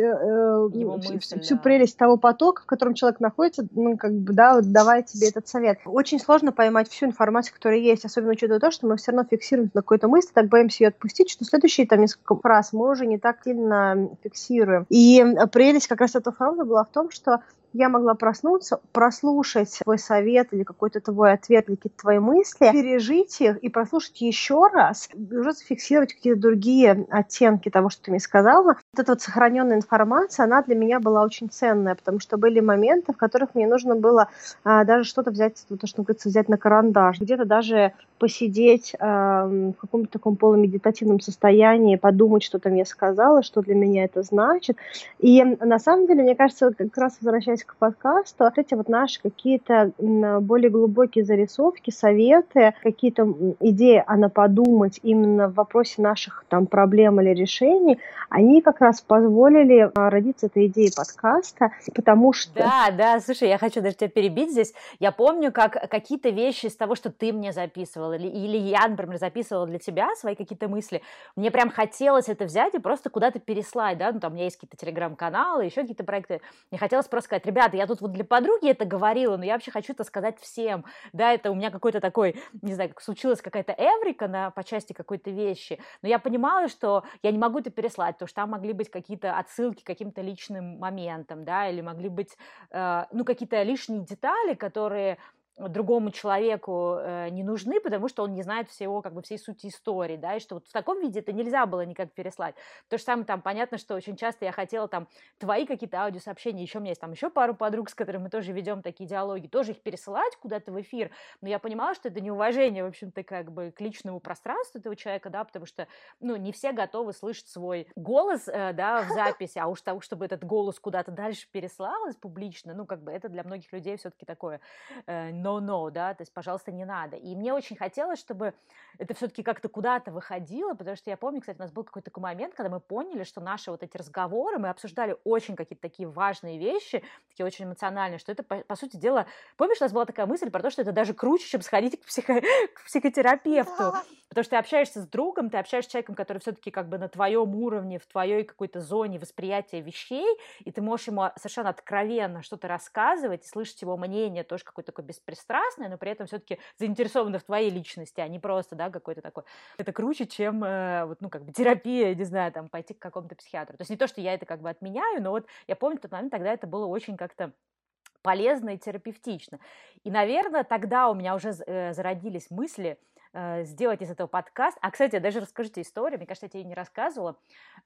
всю прелесть того потока, в котором человек находится, ну, как бы, да, вот давая тебе этот совет. Очень сложно поймать всю информацию, которая есть, особенно учитывая то, что мы все равно фиксируемся на какой-то мысли, так боимся ее отпустить, что следующие там несколько фраз мы уже не так сильно фиксируем. И прелесть как раз этого формата была в том, что я могла проснуться, прослушать твой совет или какой-то твой ответ, или какие-то твои мысли, пережить их и прослушать еще раз, и уже зафиксировать какие-то другие оттенки того, что ты мне сказала. Вот эта вот сохраненная информация, она для меня была очень ценная, потому что были моменты, в которых мне нужно было даже что-то взять, то, что говорится, взять на карандаш, где-то даже посидеть в каком-то таком полумедитативном состоянии, подумать, что ты мне сказала, что для меня это значит. И на самом деле, мне кажется, как раз возвращаясь к подкасту, вот эти вот наши какие-то более глубокие зарисовки, советы, какие-то идеи, подумать именно в вопросе наших там проблем или решений, они как раз позволили родиться этой идее подкаста, потому что... Да, слушай, я хочу даже тебя перебить здесь. Я помню, как какие-то вещи из того, что ты мне записывала, или я, например, записывала для тебя свои какие-то мысли, мне прям хотелось это взять и просто куда-то переслать, да, ну, там у меня есть какие-то телеграм-каналы, еще какие-то проекты. Мне хотелось просто сказать, ребята, я тут вот для подруги это говорила, но я вообще хочу это сказать всем, да, это у меня какой-то такой, не знаю, как случилась какая-то эврика по части какой-то вещи, но я понимала, что я не могу это переслать, потому что там могли быть какие-то отсылки к каким-то личным моментам, да, или могли быть, ну, какие-то лишние детали, которые другому человеку не нужны, потому что он не знает всего, как бы всей сути истории, да, и что вот в таком виде это нельзя было никак переслать. То же самое там, понятно, что очень часто я хотела там твои какие-то аудиосообщения, еще у меня есть там еще пару подруг, с которыми мы тоже ведем такие диалоги, тоже их пересылать куда-то в эфир, но я понимала, что это неуважение, в общем-то, как бы к личному пространству этого человека, да, потому что, ну, не все готовы слышать свой голос, да, в записи, а уж того, чтобы этот голос куда-то дальше переслалось публично, ну, как бы это для многих людей все-таки такое no-no, да, то есть, пожалуйста, не надо. И мне очень хотелось, чтобы это все-таки как-то куда-то выходило, потому что я помню, кстати, у нас был какой-то такой момент, когда мы поняли, что наши вот эти разговоры, мы обсуждали очень какие-то такие важные вещи, такие очень эмоциональные, что это, по сути дела, помнишь, у нас была такая мысль про то, что это даже круче, чем сходить к психотерапевту, потому что ты общаешься с другом, ты общаешься с человеком, который все-таки как бы на твоем уровне, в твоей какой-то зоне восприятия вещей, и ты можешь ему совершенно откровенно что-то рассказывать и слышать его мнение, тоже какое-то такое беспристрастное, но при этом все-таки заинтересовано в твоей личности, а не просто, да, какой-то такой. Это круче, чем вот, ну, как бы терапия, не знаю, там, пойти к какому-то психиатру. То есть не то, что я это как бы отменяю, но вот я помню в тот момент, тогда это было очень как-то полезно и терапевтично. И, наверное, тогда у меня уже зародились мысли сделать из этого подкаст. А, кстати, даже расскажите историю, мне кажется, я тебе ее не рассказывала.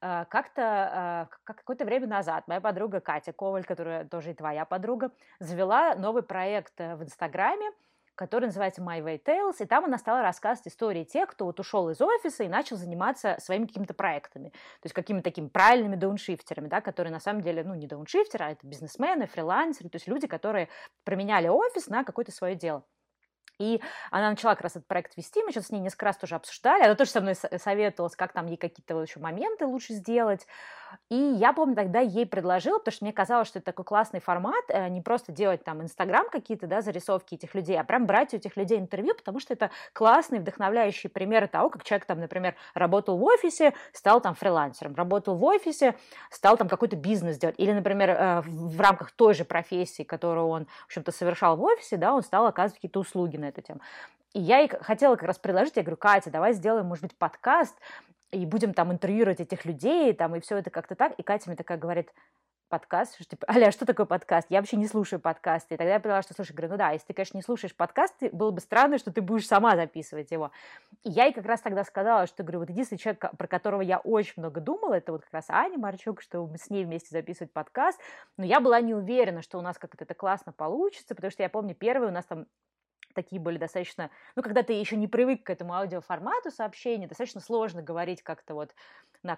Как-то какое-то время назад моя подруга Катя Коваль, которая тоже и твоя подруга, завела новый проект в Инстаграме, который называется My Way Tales, и там она стала рассказывать истории тех, кто вот ушел из офиса и начал заниматься своими какими-то проектами, то есть какими-то такими правильными дауншифтерами, да, которые на самом деле, ну, не дауншифтеры, а это бизнесмены, фрилансеры, то есть люди, которые променяли офис на какое-то свое дело. И она начала как раз этот проект вести, мы что-то с ней несколько раз тоже обсуждали, она тоже со мной советовалась, как там ей какие-то еще моменты лучше сделать. И я помню, тогда ей предложила, потому что мне казалось, что это такой классный формат, не просто делать там Инстаграм какие-то, да, зарисовки этих людей, а прям брать у этих людей интервью, потому что это классные, вдохновляющие примеры того, как человек там, например, работал в офисе, стал там фрилансером, работал в офисе, стал там какой-то бизнес делать. Или, например, в рамках той же профессии, которую он, в общем-то, совершал в офисе, да, он стал оказывать какие-то услуги на эту тему. И я ей хотела как раз предложить, я говорю, Катя, давай сделаем, может быть, подкаст, и будем там интервьюировать этих людей, там, и все это как-то так. И Катя мне такая говорит, подкаст, что типа, Аля, что такое подкаст? Я вообще не слушаю подкасты. И тогда я поняла, что, слушай, говорю, ну да, если ты, конечно, не слушаешь подкасты, было бы странно, что ты будешь сама записывать его. И я ей как раз тогда сказала, что, говорю, вот единственный человек, про которого я очень много думала, это вот как раз Аня Марчук, что мы с ней вместе записывать подкаст, но я была не уверена, что у нас как-то это классно получится, потому что я помню, первый у нас там такие были достаточно, ну, когда ты еще не привык к этому аудиоформату сообщений, достаточно сложно говорить как-то вот на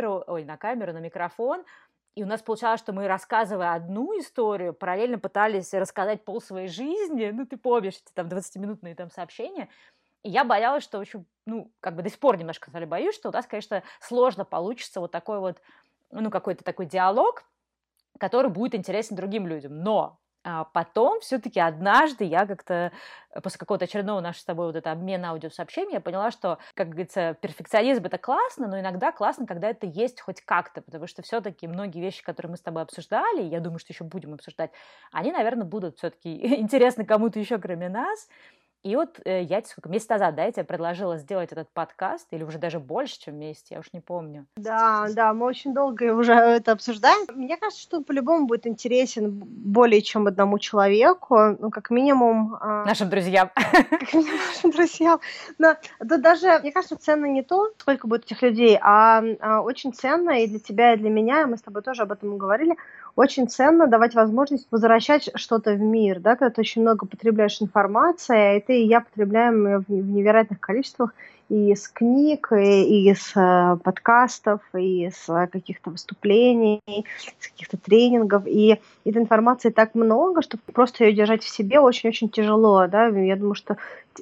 микрофон, и у нас получалось, что мы, рассказывая одну историю, параллельно пытались рассказать пол своей жизни, ну, ты помнишь эти там 20-минутные там сообщения, и я боялась, что, в общем, ну, как бы до сих пор немножко боюсь, что у нас, конечно, сложно получится вот такой вот, ну, какой-то такой диалог, который будет интересен другим людям, но потом все-таки однажды я как-то после какого-то очередного нашего с тобой вот это обмена аудиосообщений я поняла, что, как говорится, перфекционизм это классно, но иногда классно, когда это есть хоть как-то, потому что все-таки многие вещи, которые мы с тобой обсуждали, я думаю, что еще будем обсуждать, они, наверное, будут все-таки интересны кому-то еще, кроме нас. И вот я сколько месяц назад, да, я тебе предложила сделать этот подкаст, или уже даже больше, чем месяц, я уж не помню. Да, да, мы очень долго уже это обсуждаем. Мне кажется, что он по-любому будет интересен более чем одному человеку, ну, как минимум... Нашим друзьям. Как минимум нашим друзьям. Но тут даже, мне кажется, ценно не то, сколько будет этих людей, а очень ценно и для тебя, и для меня, и мы с тобой тоже об этом говорили, очень ценно давать возможность возвращать что-то в мир, да, когда ты очень много потребляешь информации, и ты и я потребляем ее в невероятных количествах и из книг, и из подкастов, и из каких-то выступлений, из каких-то тренингов, и этой информации так много, что просто ее держать в себе очень-очень тяжело, да, я думаю, что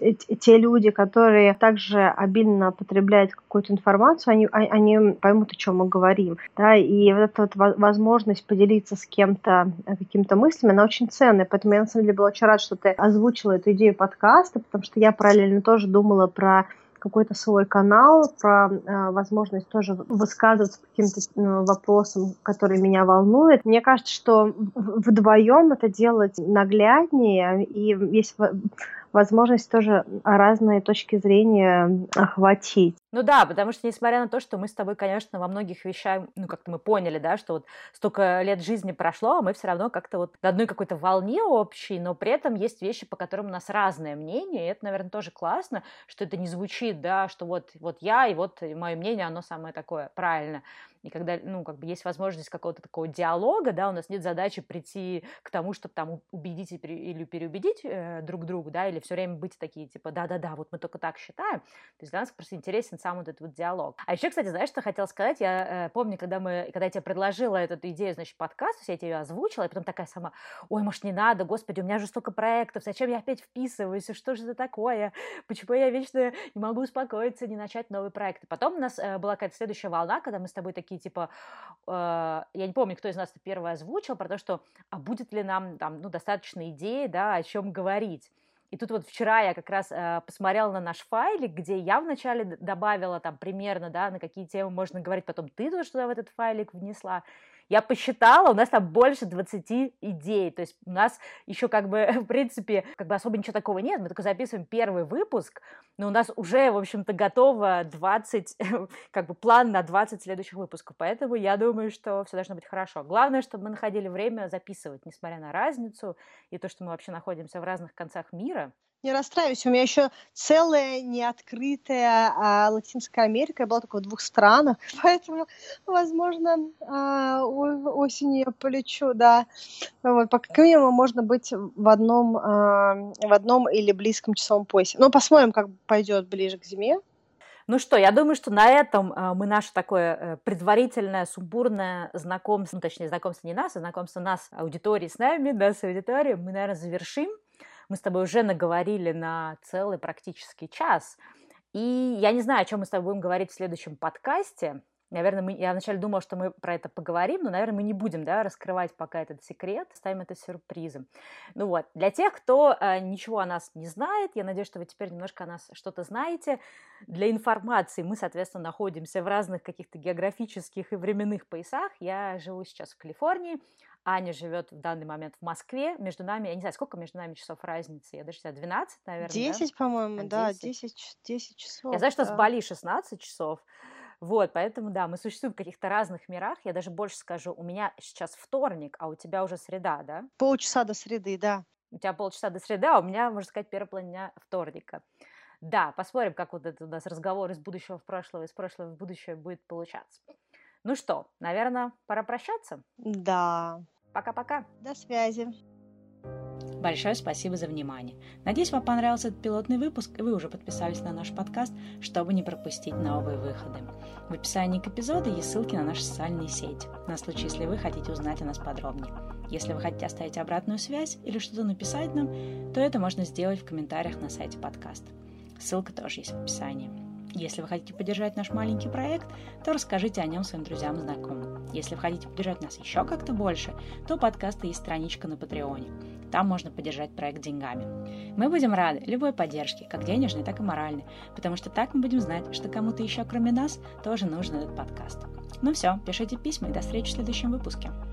те люди, которые также обильно потребляют какую-то информацию, они поймут, о чем мы говорим, да, и вот эта вот возможность поделиться с кем-то какими-то мыслями, она очень ценная, поэтому я, на самом деле, была очень рада, что ты озвучила эту идею подкаста, потому что я параллельно тоже думала про какой-то свой канал, про возможность тоже высказываться по каким-то вопросам, которые меня волнуют. Мне кажется, что вдвоем это делать нагляднее, и есть возможность тоже разные точки зрения охватить. Ну да, потому что, несмотря на то, что мы с тобой, конечно, во многих вещах, ну, как-то мы поняли, да, что вот столько лет жизни прошло, а мы все равно как-то вот на одной какой-то волне общей, но при этом есть вещи, по которым у нас разное мнение, и это, наверное, тоже классно, что это не звучит, да, что вот я, и вот мое мнение, оно самое такое правильное. И когда, ну, как бы есть возможность какого-то такого диалога, да, у нас нет задачи прийти к тому, чтобы там убедить или переубедить друг друга, да, или все время быть такие, типа, да-да-да, вот мы только так считаем. То есть для нас просто интересен сам вот этот вот диалог. А еще, кстати, знаешь, что хотела сказать? Я помню, когда я тебе предложила эту идею, значит, подкаста, я тебе ее озвучила, и потом такая сама: ой, может, не надо, господи, у меня же столько проектов, зачем я опять вписываюсь, и что же это такое? Почему я вечно не могу успокоиться, не начать новый проект? И потом у нас была какая-то следующая волна, когда мы с тобой такие, типа, я не помню, кто из нас первый озвучил, про то, что, а будет ли нам там, достаточно идей, да, о чем говорить. И тут вот вчера я как раз посмотрела на наш файлик, где я вначале добавила там примерно, да, на какие темы можно говорить, потом ты тоже туда в этот файлик внесла. Я посчитала, у нас там больше 20 идей, то есть у нас еще в принципе, особо ничего такого нет, мы только записываем первый выпуск, но у нас уже, в общем-то, готово 20, план на 20 следующих выпусков, поэтому я думаю, что все должно быть хорошо. Главное, чтобы мы находили время записывать, несмотря на разницу и то, что мы вообще находимся в разных концах мира. Не расстраивайся, у меня еще целая неоткрытая Латинская Америка. Я была только в 2 странах, поэтому, возможно, осенью я полечу, да. Вот, по минимуму можно быть в одном или близком часовом поясе. Но посмотрим, как пойдет ближе к зиме. Ну что, я думаю, что на этом мы наше такое предварительное, сумбурное знакомство, точнее, знакомство не нас, а знакомство нас, аудитории с нами, да, с аудиторией, мы, наверное, завершим. Мы с тобой уже наговорили на целый практически час. И я не знаю, о чем мы с тобой будем говорить в следующем подкасте. Наверное, я вначале думала, что мы про это поговорим, но, наверное, мы не будем, да, раскрывать пока этот секрет, ставим это сюрпризом. Ну вот, для тех, кто ничего о нас не знает, я надеюсь, что вы теперь немножко о нас что-то знаете. Для информации мы, соответственно, находимся в разных каких-то географических и временных поясах. Я живу сейчас в Калифорнии, Аня живет в данный момент в Москве. Между нами, я не знаю, сколько между нами часов разницы, я даже не знаю, 12, наверное, 10, да? по-моему, 10 часов. Я знаю, что с Бали 16 часов. Вот, поэтому, да, мы существуем в каких-то разных мирах. Я даже больше скажу, у меня сейчас вторник, а у тебя уже среда, да? Полчаса до среды, да. У тебя полчаса до среды, а у меня, можно сказать, первый половина дня вторника. Да, посмотрим, как вот это у нас разговор из будущего в прошлое, из прошлого в будущее будет получаться. Ну что, наверное, пора прощаться? Да. Пока-пока. До связи. Большое спасибо за внимание. Надеюсь, вам понравился этот пилотный выпуск, и вы уже подписались на наш подкаст, чтобы не пропустить новые выходы. В описании к эпизоду есть ссылки на наши социальные сети, на случай, если вы хотите узнать о нас подробнее. Если вы хотите оставить обратную связь или что-то написать нам, то это можно сделать в комментариях на сайте подкаста. Ссылка тоже есть в описании. Если вы хотите поддержать наш маленький проект, то расскажите о нем своим друзьям и знакомым. Если вы хотите поддержать нас еще как-то больше, то у подкаста есть страничка на Патреоне. Там можно поддержать проект деньгами. Мы будем рады любой поддержке, как денежной, так и моральной, потому что так мы будем знать, что кому-то еще, кроме нас, тоже нужен этот подкаст. Ну все, пишите письма и до встречи в следующем выпуске.